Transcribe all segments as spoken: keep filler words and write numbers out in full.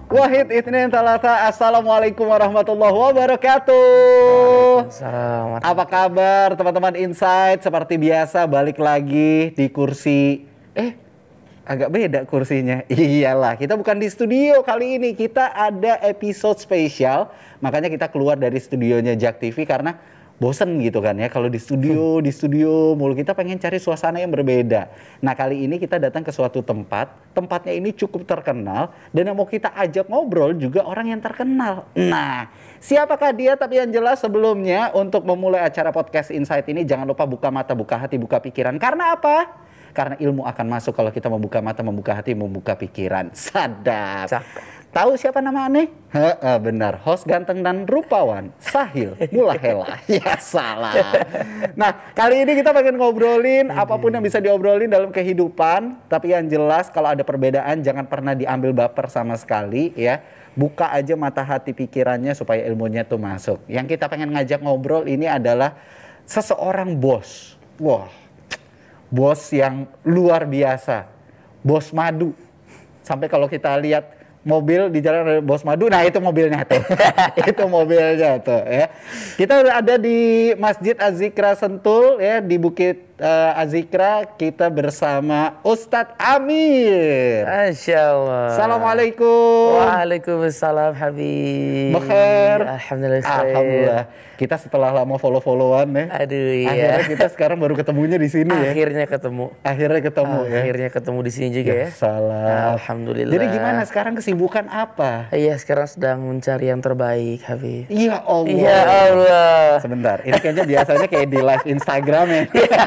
Wahid Itsnin Talata. Assalamualaikum warahmatullahi wabarakatuh. Waalaikumsalam. Apa kabar teman-teman Insight? Seperti biasa balik lagi di kursi. Eh, agak beda kursinya. Iyalah, kita bukan di studio kali ini. Kita ada episode spesial. Makanya kita keluar dari studionya Jak T V karena bosen gitu kan ya, kalau di studio, di studio mulu. Kita pengen cari suasana yang berbeda. Nah kali ini kita datang ke suatu tempat, tempatnya ini cukup terkenal, dan yang mau kita ajak ngobrol juga orang yang terkenal. Nah, siapakah dia? Tapi yang jelas sebelumnya, untuk memulai acara podcast Insight ini, jangan lupa buka mata, buka hati, buka pikiran. Karena apa? Karena ilmu akan masuk kalau kita membuka mata, membuka hati, membuka pikiran. Sadap. Cakep. Tahu siapa nama aneh? Heeh, benar. Host ganteng dan rupawan, Sahil Mulahela. Ya salah. Nah, kali ini kita pengen ngobrolin apapun yang bisa diobrolin dalam kehidupan. Tapi yang jelas kalau ada perbedaan jangan pernah diambil baper sama sekali ya. Buka aja mata hati pikirannya supaya ilmunya tuh masuk. Yang kita pengen ngajak ngobrol ini adalah seseorang bos. Wah, bos yang luar biasa. Bos madu. Sampai kalau kita lihat mobil di jalan ada bos madu, nah itu mobilnya tuh. Itu mobilnya tuh ya. Kita udah ada di Masjid Az-Zikra Sentul ya, di Bukit uh, Az-Zikra. Kita bersama Ustadz Amir. Masya Allah. Assalamualaikum. Waalaikumsalam Habib. Bekhair. Alhamdulillah. Alhamdulillah. Kita setelah lama follow-followan ya. Aduh iya. Akhirnya kita sekarang baru ketemunya di sini ya. Akhirnya ketemu. Akhirnya ketemu ya. Akhirnya ketemu di sini juga ya. Ya salah. Alhamdulillah. Jadi gimana sekarang, kesibukan apa? Iya, sekarang sedang mencari yang terbaik Habib. Ya Allah. Ya Allah. Sebentar, ini kayaknya biasanya kayak di live Instagram ya.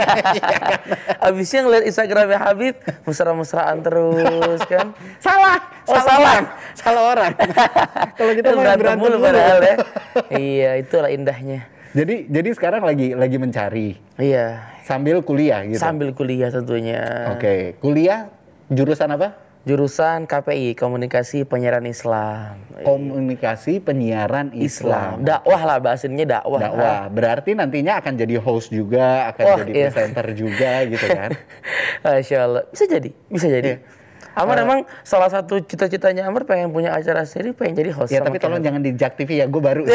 Abisnya ngeliat Instagramnya Habib, mesra-mesraan terus kan. Salah. Oh, salah. salah. Orang. Salah orang. Kalau kita main berantem berantem mulu mulu. padahal ya. Iya, itulah indahnya. Jadi jadi sekarang lagi lagi mencari Iya. sambil kuliah gitu. Sambil kuliah tentunya. Oke, kuliah jurusan apa? Jurusan K P I, Komunikasi Penyiaran Islam. Komunikasi Penyiaran Islam. Islam. Dakwah lah, bahasanya dakwah. Dakwah. Berarti nantinya akan jadi host juga, akan Wah, jadi iya. presenter juga gitu kan. Masya Allah. Bisa jadi, bisa jadi. Iya. Amar Uh, emang salah satu cita-citanya Amar pengen punya acara sendiri, pengen jadi host. Ya sama tapi tolong kayak jangan di Jak T V ya, gue baru.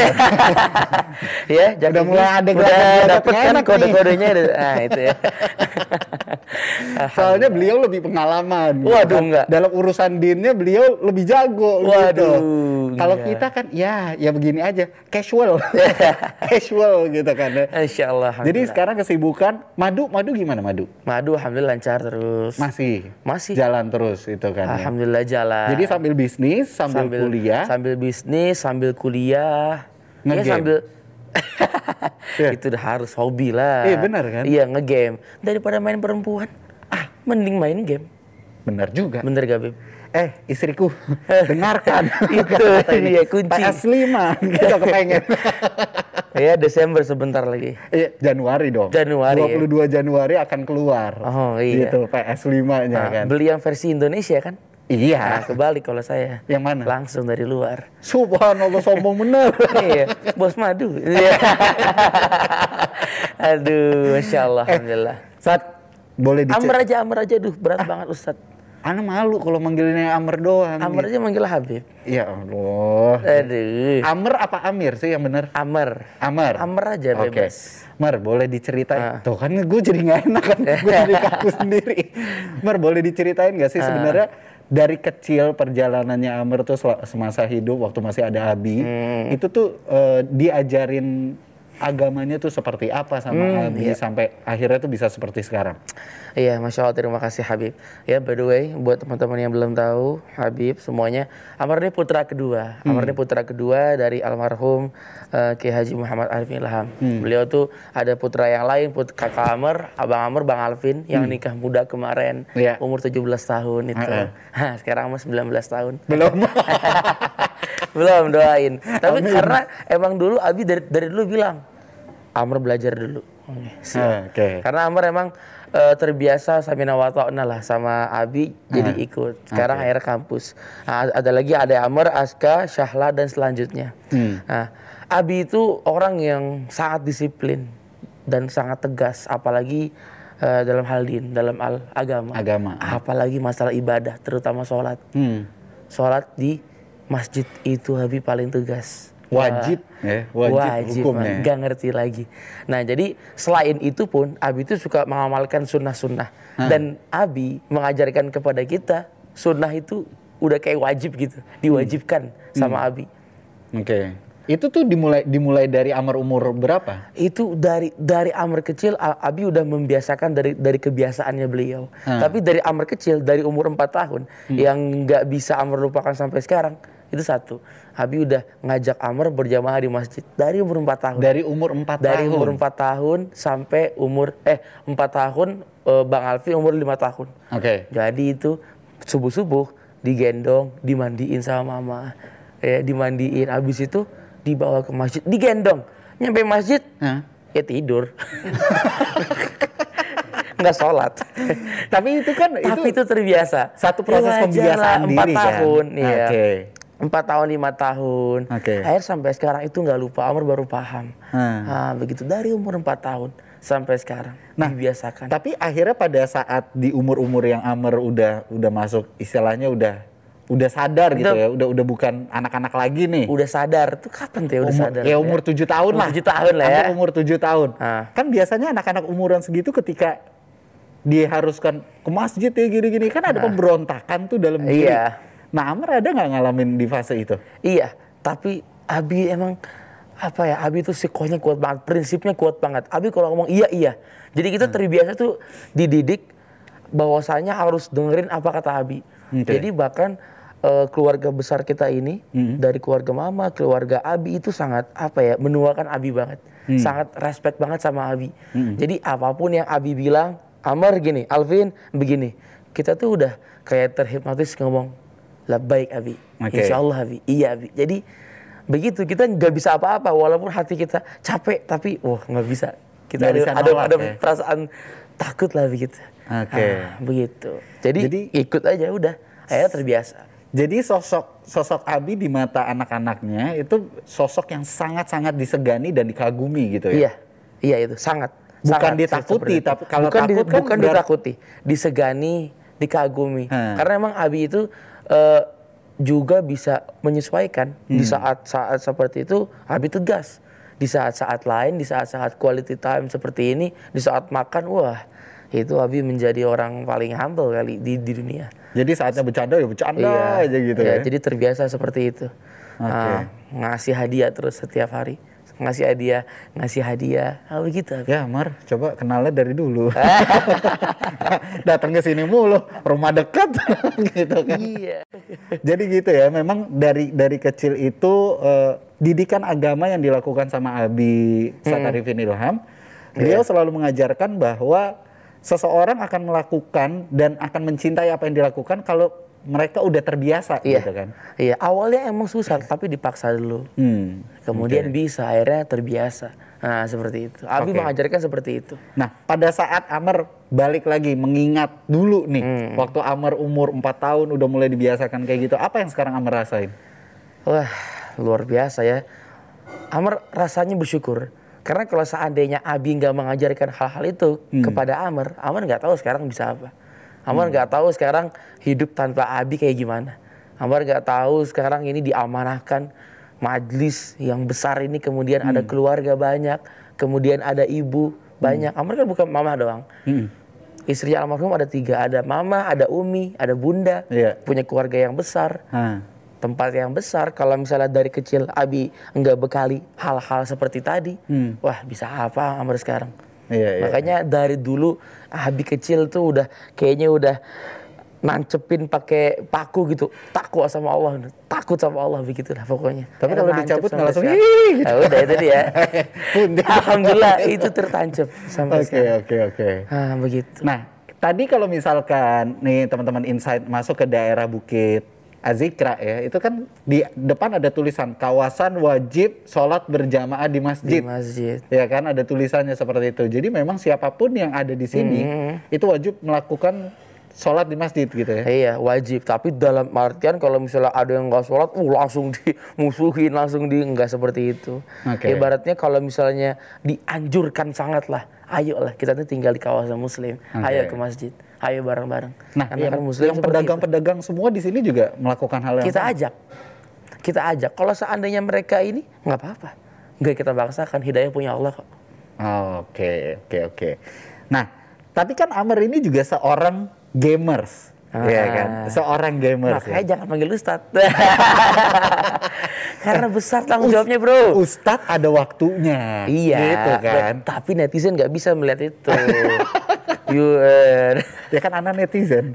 ya, Udah jadi mulai ada udah gelagat-gelagat dapet kan enak nih. kode-kodenya. ada- Nah itu ya. Soalnya beliau lebih pengalaman. gitu Waduh, kan. enggak. Dalam urusan dinnya beliau lebih jago. Waduh, gitu. Kalau enggak. kita kan ya ya begini aja, casual. Casual gitu kan. Insya Allah. Jadi sekarang kesibukan madu, madu gimana madu? Madu alhamdulillah lancar terus. Masih. Masih. Jalan terus itu kan. Ya. Alhamdulillah jalan. Jadi sambil bisnis, sambil, kuliah, sambil bisnis, sambil kuliah, ya Nge-game. sambil Iya. itu udah harus hobi lah. Iya, benar kan? Iya, ngegame. Daripada main perempuan, ah mending main game. benar juga. Bener gak, Beb? Eh, istriku, dengarkan. Itu dia kunci. P S lima, kita kepengen. Ya Desember sebentar lagi. Iya, Januari dong. Januari, dua puluh dua Januari akan keluar. Oh, iya. Gitu, P S lima-nya Nah, kan. beli yang versi Indonesia kan? Nah, Iya. kebalik kalau saya. Yang mana? Langsung dari luar. Subhanallah, sombong bener. Iya, bos madu. Iya. Aduh, Masya Allah, Eh, Alhamdulillah. Saat boleh dicek. Amr aja, Amr aja, duh berat banget Ustadz. Ana malu kalau manggilnya Amr doang. Amr aja manggil Habib. Ya Allah. Aduh. Amr apa Amir sih yang bener? Amr. Amr. Amr aja Oke. bebas. Mar, boleh diceritain? Ah. Tuh kan gue jadi nggak enak kan, gue jadi kaku sendiri. Mar, boleh diceritain nggak sih sebenarnya dari kecil perjalanannya Amr tuh sel- semasa hidup waktu masih ada Abi, Hmm. itu tuh eh, diajarin agamanya tuh seperti apa sama Hmm, Abi iya. sampai akhirnya tuh bisa seperti sekarang? Iya, Masya Allah, terima kasih Habib. Ya, by the way, buat teman-teman yang belum tahu, Habib semuanya, Amr ini putra kedua. Hmm. Amr ini putra kedua dari almarhum uh, Kiai Haji Muhammad Arifin Ilham. Hmm. Beliau tuh ada putra yang lain, put kakak Amr, abang Amr, Bang Alvin, yang nikah muda kemarin, Hmm. Iya. umur tujuh belas tahun itu. Uh-uh. Hah, sekarang Amr sembilan belas tahun. Belum. Belum, doain. Tapi Amin. karena emang dulu Abi dari, dari dulu bilang, Amr belajar dulu. Oke, siap. Ah, oke. Karena Amr emang eh, terbiasa samina wa ta'na lah sama Abi, jadi Ah, ikut. Sekarang oke. akhirnya kampus. Nah, ada lagi ada Amr, Aska, Syahla dan selanjutnya. Hmm. Nah, Abi itu orang yang sangat disiplin dan sangat tegas, apalagi eh, dalam hal din, dalam al agama. Agama. Apalagi masalah ibadah, terutama sholat. Hmm. Sholat di masjid itu Habib paling tegas. Wajib, ya, wajib, wajib hukumnya. Gak ngerti lagi. Nah jadi selain itu pun Abi itu suka mengamalkan sunnah-sunnah. Hmm. Dan Abi mengajarkan kepada kita sunnah itu udah kayak wajib gitu, diwajibkan hmm. sama Abi. Oke. Okay. Itu tuh dimulai dimulai dari Amr umur berapa? Itu dari dari Amr kecil Abi udah membiasakan dari dari kebiasaannya beliau. Hmm. Tapi dari Amr kecil dari umur empat tahun hmm. yang nggak bisa Amr lupakan sampai sekarang itu satu. Abi udah ngajak Amr berjamaah di masjid dari umur empat tahun. Dari umur empat dari tahun. Dari umur empat tahun sampai umur eh empat tahun eh, Bang Alfi umur lima tahun. Oke. Okay. Jadi itu subuh-subuh digendong, dimandiin sama mama. Ya, dimandiin habis itu dibawa ke masjid, digendong. Nyampe masjid, huh? ya tidur. Nggak sholat. Tapi itu kan Tapi itu, itu terbiasa. Satu proses ya, pembiasaan diri empat tahun, kan? Iya. Okay. Empat tahun, lima tahun. Okay. Akhir sampai sekarang itu nggak lupa. Amr baru paham. Hmm. Nah, begitu dari umur empat tahun sampai sekarang. Nah, dibiasakan. Tapi akhirnya pada saat di umur-umur yang Amr udah udah masuk, istilahnya udah udah sadar gitu ya, udah udah bukan anak-anak lagi nih. Udah sadar tuh kapan tuh ya udah umur, sadar? Ya umur tujuh ya? tahun umur lah. Tujuh tahun lah ya. Umur tujuh tahun. Ah. Kan biasanya anak-anak umuran segitu ketika diharuskan ke masjid ya gini-gini kan ada ah. pemberontakan tuh dalam diri. Iya. Nah Amr ada nggak ngalamin di fase itu? Iya. Tapi Abi emang apa ya? Abi tuh psikonya kuat banget, prinsipnya kuat banget. Abi kalau ngomong iya iya. Jadi kita terbiasa tuh dididik bahwasanya harus dengerin apa kata Abi. Okay. Jadi bahkan uh, keluarga besar kita ini mm-hmm. dari keluarga mama, keluarga Abi itu sangat apa ya, menuakan Abi banget, mm. sangat respect banget sama Abi. Mm-hmm. Jadi apapun yang Abi bilang, Amr gini, Alvin begini, kita tuh udah kayak terhipnotis ngomong, labbaik Abi, okay. Insya Allah Abi, iya Abi. Jadi begitu kita nggak bisa apa-apa, walaupun hati kita capek, tapi wah nggak bisa. Kita ada, ada, nolak, ada ya? perasaan takut lah begitu. Oke. Okay. Ah, begitu. Jadi, Jadi ikut aja udah. Akhirnya terbiasa. Jadi sosok sosok Abi di mata anak-anaknya itu sosok yang sangat-sangat disegani dan dikagumi gitu ya. Iya. Iya itu sangat. Bukan sangat, ditakuti, tapi kalau bukan takut di, kan bukan berat... ditakuti, disegani, dikagumi. Hmm. Karena emang Abi itu uh, juga bisa menyesuaikan hmm. di saat-saat seperti itu. Abi tegas. Di saat-saat lain, di saat-saat quality time seperti ini, di saat makan, wah itu Abi menjadi orang paling humble kali di, di dunia. Jadi saatnya bercanda ya bercanda iya, aja gitu iya, ya. Jadi terbiasa seperti itu. Okay. Uh, ngasih hadiah terus setiap hari. Ngasih hadiah, ngasih hadiah. Ah, begitu. Ya, Mar, coba kenalnya dari dulu. Datang ke sini mulu, rumah dekat gitu kan. Iya. Jadi gitu ya, memang dari dari kecil itu uh, didikan agama yang dilakukan sama Abi Ustadz hmm. Arifin Ilham, beliau yeah. selalu mengajarkan bahwa seseorang akan melakukan dan akan mencintai apa yang dilakukan kalau mereka udah terbiasa iya. gitu kan. Iya, awalnya emang susah tapi dipaksa dulu. Hmm. Kemudian okay. bisa, akhirnya terbiasa. Nah, seperti itu. Abi okay. mengajarkan seperti itu. Nah, pada saat Amr balik lagi mengingat dulu nih, hmm. waktu Amr umur empat tahun udah mulai dibiasakan kayak gitu, apa yang sekarang Amr rasain? Wah, luar biasa ya. Amr rasanya bersyukur. Karena kalau seandainya Abi nggak mengajarkan hal-hal itu hmm. kepada Amr, Amr nggak tahu sekarang bisa apa. Amr nggak hmm. tahu sekarang hidup tanpa Abi kayak gimana. Amr nggak tahu sekarang ini diamanahkan majlis yang besar ini, kemudian hmm. ada keluarga banyak, kemudian ada ibu banyak. Hmm. Amr kan bukan mama doang. Hmm. Istrinya almarhum ada tiga, ada mama, ada umi, ada bunda, yeah. punya keluarga yang besar. Hmm. Tempat yang besar. Kalau misalnya dari kecil Abi nggak bekali hal-hal seperti tadi, hmm. wah bisa apa Amr sekarang? Iya, makanya iya. dari dulu Abi kecil tuh udah kayaknya udah nancepin pakai paku gitu, takut sama Allah, takut sama Allah begitu lah pokoknya. Tapi kalau dicabut nggak langsung ih gitu. Nah, udah itu dia. Alhamdulillah itu tertancap sampai Oke oke oke. Ah begitu. Nah tadi kalau misalkan nih teman-teman Insight masuk ke daerah Bukit Azikra ya, itu kan di depan ada tulisan kawasan wajib sholat berjamaah di masjid. Di masjid. Ya kan ada tulisannya seperti itu. Jadi memang siapapun yang ada di sini hmm. itu wajib melakukan sholat di masjid gitu ya. Iya wajib. Tapi dalam artian kalau misalnya ada yang nggak sholat, uh langsung dimusuhin, langsung di nggak seperti itu. Okay. Ibaratnya kalau misalnya dianjurkan sangat lah, ayolah kita tuh tinggal di kawasan Muslim, okay. ayo ke masjid. Ayo bareng-bareng. Nah, yang, kan Muslim yang pedagang-pedagang semua di sini juga melakukan hal yang kita sama. ajak. kita ajak. Kalau seandainya mereka ini nggak apa-apa, nggak kita paksakan, hidayah punya Allah kok. Oke, oke, oke. Nah, tapi kan Amr ini juga seorang gamers, ah. ya kan? Seorang gamers. Makanya ya? jangan panggil Ustadz. Karena besar tanggung jawabnya, bro. Ustadz ada waktunya. Iya. Gitu kan? Tapi netizen nggak bisa melihat itu. You, uh... ya kan anak netizen.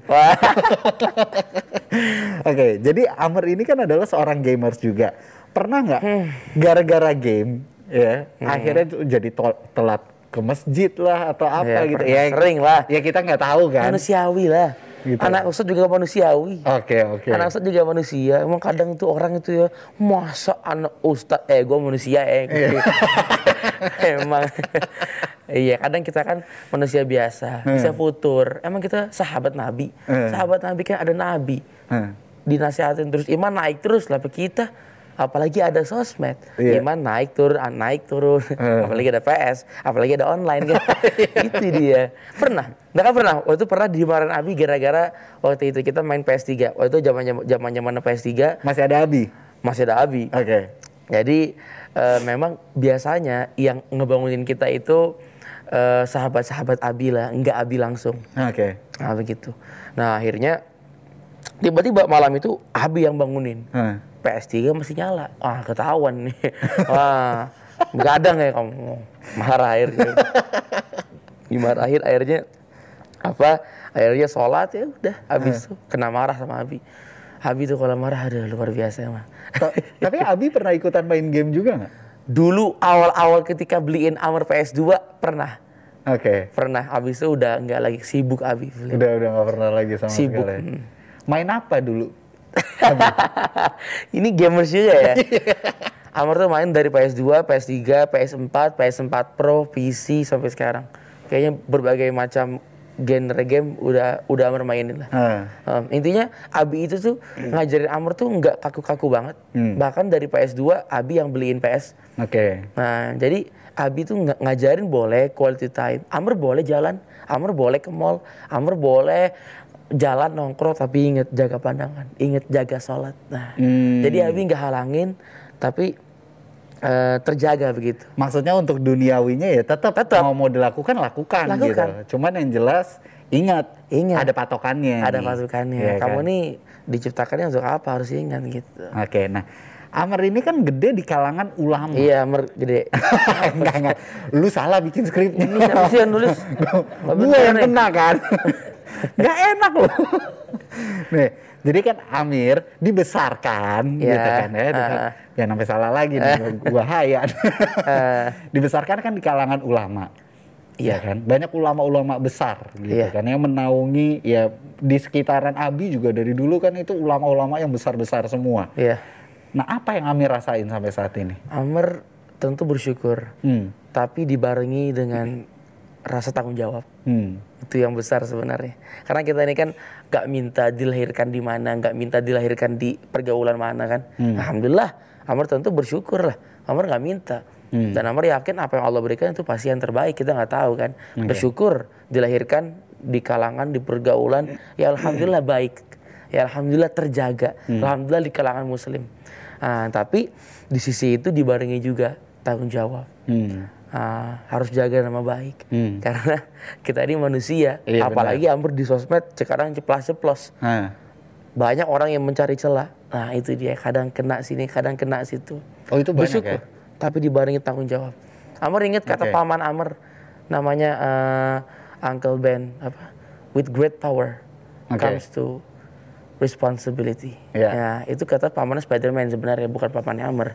Oke, jadi Amr ini kan adalah seorang gamers juga. Pernah nggak hmm. gara-gara game, ya, hmm. akhirnya jadi telat ke masjid lah atau apa ya, gitu? Ya sering lah. Ya kita nggak tahu kan. Manusiawi lah. Gitu. Anak Ustadz juga manusiawi. Oke, okay, oke. Okay. Anak Ustadz juga manusia. Emang kadang tuh orang itu ya, masa anak Ustadz, eh gue manusia eh. Gitu. Emang. Iya, kadang kita kan manusia biasa, hmm. bisa futur. Emang kita sahabat Nabi. Hmm. Sahabat Nabi kan ada Nabi. Hmm. Dinasihatin terus, iman naik terus lah kita. Apalagi ada sosmed, yeah. iman naik turun, naik turun. Uh. Apalagi ada P S, apalagi ada online kan. Itu dia. Pernah, nggak kan pernah. Waktu itu pernah dimarahin Abi gara-gara waktu itu kita main P S tiga. Waktu itu zaman zaman zaman P S tiga. Masih ada Abi. Masih ada Abi. Oke. Okay. Jadi uh, memang biasanya yang ngebangunin kita itu uh, sahabat-sahabat Abi lah, nggak Abi langsung. Oke. Okay. Nah begitu. Nah akhirnya tiba-tiba malam itu Abi yang bangunin. Hmm. P S tiga masih nyala. Ah, ketahuan nih. Wah, begadang ya kamu. Marah akhirnya. Dimarahin akhirnya apa? Akhirnya sholat ya udah. Habis itu kena marah sama Abi. Abi tuh kalau marah ada luar biasa emang. Tapi Abi pernah ikutan main game juga nggak? Dulu awal-awal ketika beliin Amr P S dua pernah. Oke. Okay. Pernah. Habis itu udah nggak lagi sibuk Abi. Udah udah nggak pernah lagi sama sibuk. sekali. Hmm. Main apa dulu? Ini gamers juga ya. Amr tuh main dari P S dua, P S tiga, P S empat, P S empat Pro, P C sampai sekarang. Kayaknya berbagai macam genre game udah udah Amr mainin lah. Hmm. Um, intinya Abi itu tuh hmm. ngajarin Amr tuh nggak kaku-kaku banget. Hmm. Bahkan dari P S dua Abi yang beliin P S. Oke. Okay. Nah jadi Abi tuh ng- ngajarin boleh quality time. Amr boleh jalan, Amr boleh ke mall, Amr boleh jalan nongkrong tapi inget jaga pandangan, inget jaga sholat. Nah, hmm. jadi Abi nggak halangin, tapi uh, terjaga begitu. Maksudnya untuk duniawinya ya tetap, tetap. mau mau dilakukan lakukan, lakukan. Gitu. Cuman yang jelas ingat, ingat ada patokannya. Ada nih. patokannya. Ya, Kamu kan? nih diciptakannya untuk apa harus ingat gitu. Oke, nah. Amr ini kan gede di kalangan ulama. Iya, Amr gede. enggak, enggak. Lu salah bikin skripnya. Ini siapa sih yang nulis? Gue yang kena kan. Nggak enak loh. Nih, jadi kan Amir dibesarkan ya, gitu kan ya. Uh, ya sampai salah lagi nih, uh, gua hayan. uh, dibesarkan kan di kalangan ulama. Iya ya kan? Banyak ulama-ulama besar gitu iya. kan yang menaungi ya di sekitaran Abi juga dari dulu kan itu ulama-ulama yang besar-besar semua. Iya. Nah, apa yang Amir rasain sampai saat ini? Amir tentu bersyukur. Hmm. Tapi dibarengi dengan rasa tanggung jawab. Hmm. Itu yang besar sebenarnya. Karena kita ini kan gak minta dilahirkan di mana, gak minta dilahirkan di pergaulan mana kan. Hmm. Alhamdulillah, Amr tentu bersyukur lah. Amr gak minta. Hmm. Dan Amr yakin apa yang Allah berikan itu pasti yang terbaik. Kita gak tahu kan. Okay. Bersyukur dilahirkan di kalangan, di pergaulan. Ya Alhamdulillah baik. Ya Alhamdulillah terjaga. Hmm. Alhamdulillah di kalangan muslim. Nah, tapi di sisi itu dibarengi juga tanggung jawab. Hmm. Uh, harus jaga nama baik hmm. karena kita ini manusia, iya, apalagi Amr di sosmed sekarang ceplas-ceplos. Hmm. Banyak orang yang mencari celah. Nah itu dia, kadang kena sini, kadang kena situ. Oh itu banyak bersyukur, ya? Tapi dibarengi tanggung jawab. Amr ingat kata okay. paman Amr, namanya uh, Uncle Ben, apa? With great power okay. comes to responsibility. Yeah. Ya itu kata pamannya Spiderman sebenarnya, bukan pamannya Amr.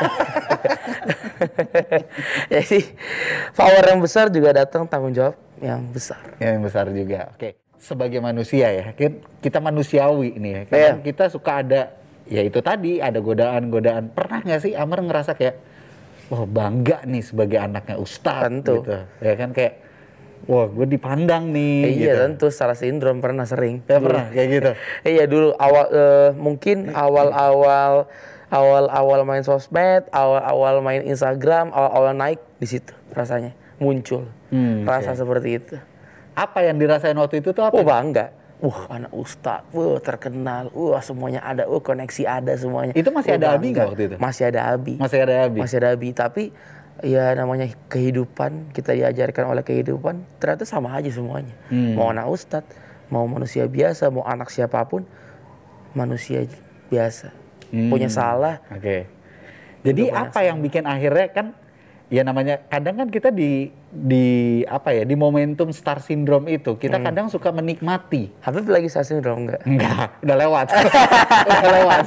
Jadi power yang besar juga datang tanggung jawab yang besar. Yang besar juga. Oke. Sebagai manusia ya, kita manusiawi nih ya. Kadang yeah. kita suka ada, ya itu tadi ada godaan-godaan. Pernah nggak sih Amr ngerasa kayak, wah bangga nih sebagai anaknya Ustadz. Tentu. Gitu. Ya kan kayak, wah gue dipandang nih. Eh, gitu. Iya tentu, secara sindrom pernah sering. Ya pernah kayak gitu. Iya dulu awal uh, mungkin awal-awal awal-awal main sosmed, awal-awal main Instagram, awal-awal naik di situ rasanya muncul hmm, rasa okay. seperti itu. Apa yang dirasain waktu itu tuh apa? Oh bangga, wah anak ustadz, wah terkenal, wah semuanya ada, wah koneksi ada semuanya. Itu masih Wah, ada Abi bangga. nggak waktu itu? Masih ada Abi. Masih ada Abi. Masih ada Abi, tapi ya namanya kehidupan, kita diajarkan oleh kehidupan, ternyata sama aja semuanya. Hmm. Mau anak ustadz, mau manusia biasa, mau anak siapapun, manusia biasa. Hmm. Punya salah. Oke. Okay. Jadi apa yang bikin akhirnya kan, ya namanya kadang kan kita di di apa ya di momentum star syndrome itu kita hmm. kadang suka menikmati. Habib lagi star syndrome enggak? Enggak, udah lewat. Udah lewat.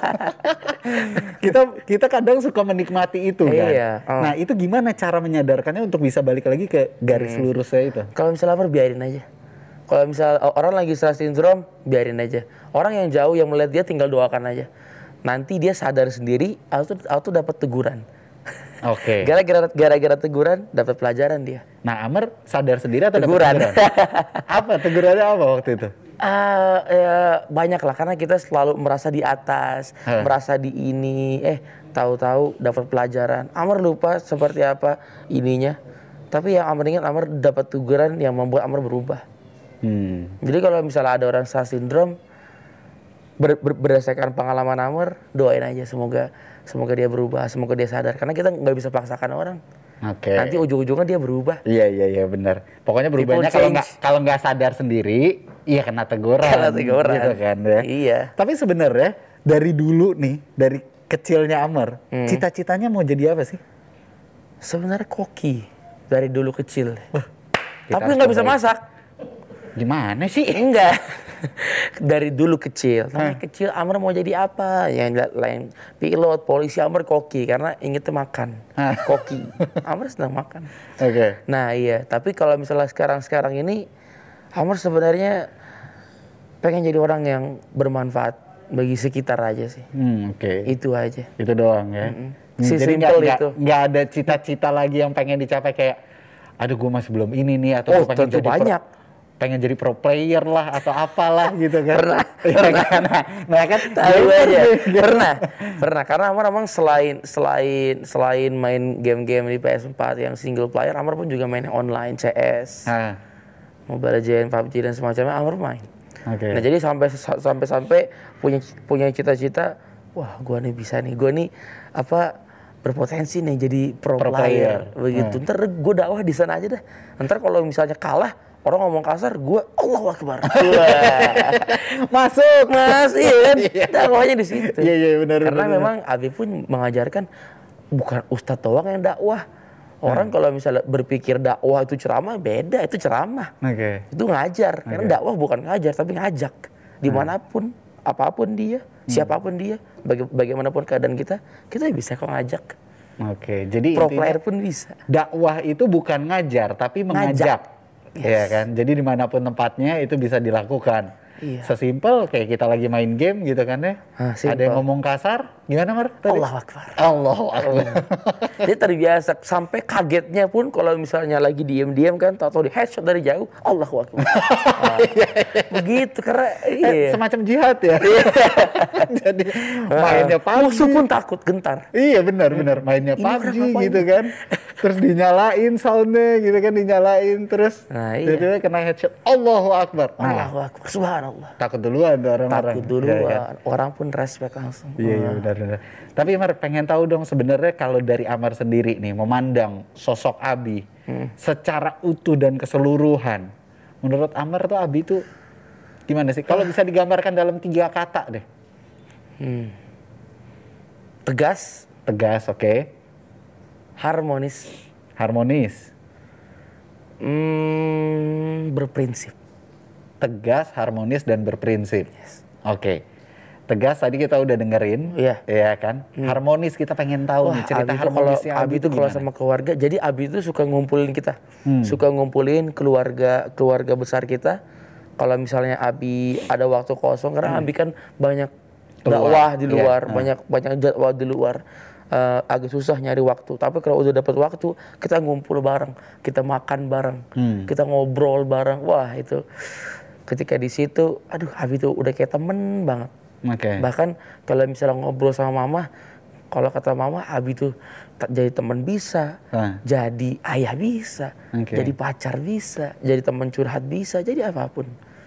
kita kita kadang suka menikmati itu kan. Iya. Oh. Nah, itu gimana cara menyadarkannya untuk bisa balik lagi ke garis hmm. lurusnya itu? Kalau misalnya lapar biarin aja. Kalau misal orang lagi star syndrome, biarin aja. Orang yang jauh yang melihat dia tinggal doakan aja. Nanti dia sadar sendiri, atau atau dapat teguran. Oke. Okay. Gara-gara gara-gara teguran dapat pelajaran dia. Nah, Amr sadar sendiri atau teguran? Dapat teguran? Apa tegurannya apa waktu itu? Uh, ya, banyak lah karena kita selalu merasa di atas, huh. merasa di ini, eh tahu-tahu dapat pelajaran. Amr lupa seperti apa ininya. Tapi yang Amr ingat, Amr dapat teguran yang membuat Amr berubah. Hmm. Jadi kalau misalnya ada orang star syndrome, ber, ber, berdasarkan pengalaman Amr, doain aja semoga semoga dia berubah, semoga dia sadar. Karena kita nggak bisa paksakan orang. Oke. Okay. Nanti ujung-ujungnya dia berubah. Iya iya iya benar. Pokoknya berubahnya kalau nggak kalau nggak sadar sendiri, iya kena teguran. Kena teguran. Gitu kan ya. Iya. Tapi sebenarnya dari dulu nih, dari kecilnya Amr, hmm. cita-citanya mau jadi apa sih? Sebenarnya koki dari dulu kecil. Uh, Tapi nggak bisa masak. Gimana sih? Enggak. Dari dulu kecil. Namanya kecil Amr mau jadi apa? Yang lain pilot, polisi, Amr koki karena ingetnya makan. Koki. Amr senang makan. Oke. Okay. Nah, iya, tapi kalau misalnya sekarang-sekarang ini Amr sebenarnya pengen jadi orang yang bermanfaat bagi sekitar aja sih. Hmm, oke. Okay. Itu aja. Itu doang ya. Mm-hmm. Si jadi simple itu. Nggak ada cita-cita lagi yang pengen dicapai kayak aduh gue masih belum ini nih atau oh, gue pengen tentu jadi banyak. Pro, pengen jadi pro player lah atau apalah gitu kan. Pernah. Ya, pernah. Kan? Nah kan tahu aja. Pernah. Pernah karena Amr emang selain selain selain main game-game di P S empat yang single player, Amr pun juga main online C S. Ha. Mobile Legends, P U B G dan semacamnya Amr main. Okay. Nah, jadi sampai sampai sampai punya punya cita-cita, wah, gua nih bisa nih. Gua nih apa berpotensi nih jadi pro, pro player. player. Begitu. Hmm. Ntar gua dakwah di sana aja dah. Ntar kalau misalnya kalah, orang ngomong kasar, gue Allahu Akbar. Masuk, Mas, iya kan? Dakwahnya di situ. Iya, iya, benar. Karena benar, memang Abi pun mengajarkan bukan ustadz doang yang dakwah. Orang hmm. kalau misalnya berpikir dakwah itu ceramah, beda, itu ceramah. Okay. Itu ngajar. Okay. Karena dakwah bukan ngajar, tapi ngajak. Dimanapun, hmm. apapun dia, hmm. siapapun dia, baga- bagaimanapun keadaan kita, kita bisa kok ngajak. Oke, okay. Jadi pro player pun bisa. Dakwah itu bukan ngajar, tapi mengajak. Ngajak. Yes. Ya kan, jadi dimanapun tempatnya itu bisa dilakukan. Iya. Sesimpel kayak kita lagi main game gitu kan ya. Hah, ada yang ngomong kasar, gimana Mar? Allahu Akbar. Allahu Akbar. Dia terbiasa sampai kagetnya pun kalau misalnya lagi diem-diem kan, tahu-tahu di headshot dari jauh, Allahu Akbar. Nah, begitu karena iya. eh, semacam jihad ya. Jadi mainnya P U B G. Musuh pun takut gentar. Iya benar-benar mainnya P U B G gitu kan. Terus dinyalain soundnya gitu kan, dinyalain terus. Nah, iya. Tiba-tiba kena headshot, Allahu Akbar. Nah, Allahu Akbar. Subhanallah. Takut duluan orang-orang. Takut duluan. Ya, kan? Orang pun respect langsung. Iya, iya benar-benar. Tapi Amar pengen tahu dong sebenarnya kalau dari Amar sendiri nih memandang sosok Abi hmm. secara utuh dan keseluruhan. Menurut Amar tuh Abi tuh gimana sih? Kalau bisa digambarkan dalam tiga kata deh. Hmm. Tegas. Tegas, oke. Okay. Harmonis. Harmonis. Hmm, berprinsip. Tegas, harmonis, dan berprinsip. Yes. Oke. Okay. Tegas tadi kita udah dengerin, iya, ya kan. Hmm. Harmonis kita pengen tahu Wah, nih cerita Abi harmonisnya Abi, Abi itu kalau sama keluarga. Jadi Abi itu suka ngumpulin kita, hmm. suka ngumpulin keluarga keluarga besar kita. Kalau misalnya Abi ada waktu kosong, karena hmm. Abi kan banyak dakwah di luar, iya. banyak hmm. banyak jadwal di luar. Uh, agak susah nyari waktu, tapi kalau udah dapat waktu kita ngumpul bareng, kita makan bareng, hmm. kita ngobrol bareng. Wah itu ketika di situ, aduh Abi tuh udah kayak temen banget. Okay. Bahkan kalau misalnya ngobrol sama mama, kalau kata mama Abi tuh jadi teman bisa, huh. jadi ayah bisa, okay. jadi pacar bisa, jadi teman curhat bisa, jadi apapun.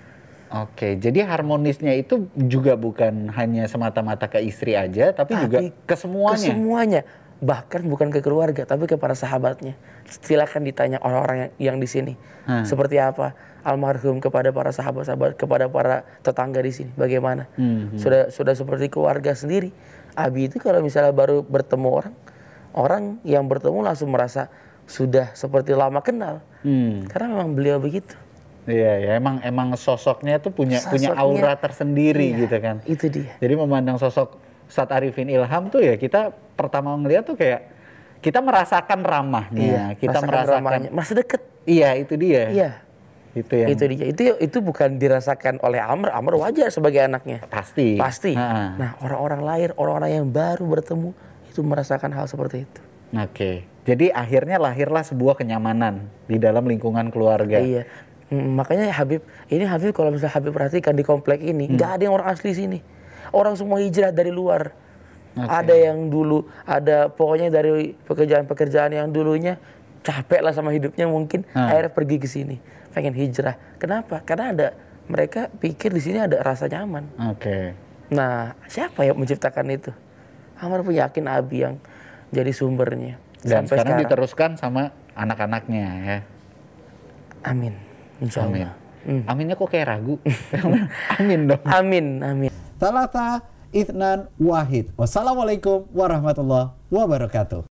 Oke, jadi harmonisnya itu juga bukan hanya semata-mata ke istri aja, tapi, Tapi juga ke semuanya. Ke semuanya. Bahkan bukan ke keluarga, tapi ke para sahabatnya. Silakan ditanya orang-orang yang, yang di sini. Hmm. Seperti apa almarhum kepada para sahabat-sahabat, kepada para tetangga di sini. Bagaimana? Hmm. Sudah sudah seperti keluarga sendiri. Abi itu kalau misalnya baru bertemu orang, orang yang bertemu langsung merasa sudah seperti lama kenal. Hmm. Karena memang beliau begitu. Iya, ya emang emang sosoknya tuh punya Sosoknya, punya aura tersendiri iya, gitu kan. Itu dia. Jadi memandang sosok Ustadz Arifin Ilham tuh ya kita pertama ngeliat tuh kayak kita merasakan ramahnya, Iya, kita merasakan ramahnya, merasa deket. Iya, itu dia. Iya. Itu yang itu dia. Itu itu bukan dirasakan oleh Amr. Amr wajar sebagai anaknya. Pasti. Pasti. Ha-ha. Nah, orang-orang lain, orang-orang yang baru bertemu itu merasakan hal seperti itu. Oke. Jadi akhirnya lahirlah sebuah kenyamanan di dalam lingkungan keluarga. Iya. Hmm, makanya Habib, ini Habib kalau misalnya Habib perhatikan di komplek ini, nggak hmm. ada yang orang asli sini. Orang semua hijrah dari luar. Okay. Ada yang dulu, ada pokoknya dari pekerjaan-pekerjaan yang dulunya capek lah sama hidupnya mungkin, hmm. akhirnya pergi ke sini, pengen hijrah. Kenapa? Karena ada mereka pikir di sini ada rasa nyaman. Oke. Okay. Nah, siapa yang menciptakan itu? Amar pun yakin Abi yang jadi sumbernya. Dan sampai sekarang sekarang diteruskan sama anak-anaknya ya. Amin. Insya Allah. Amin. Hmm. Aminnya kok kayak ragu? Amin dong. Amin, amin. Talata Ithnan Wahid. Wassalamualaikum warahmatullahi wabarakatuh.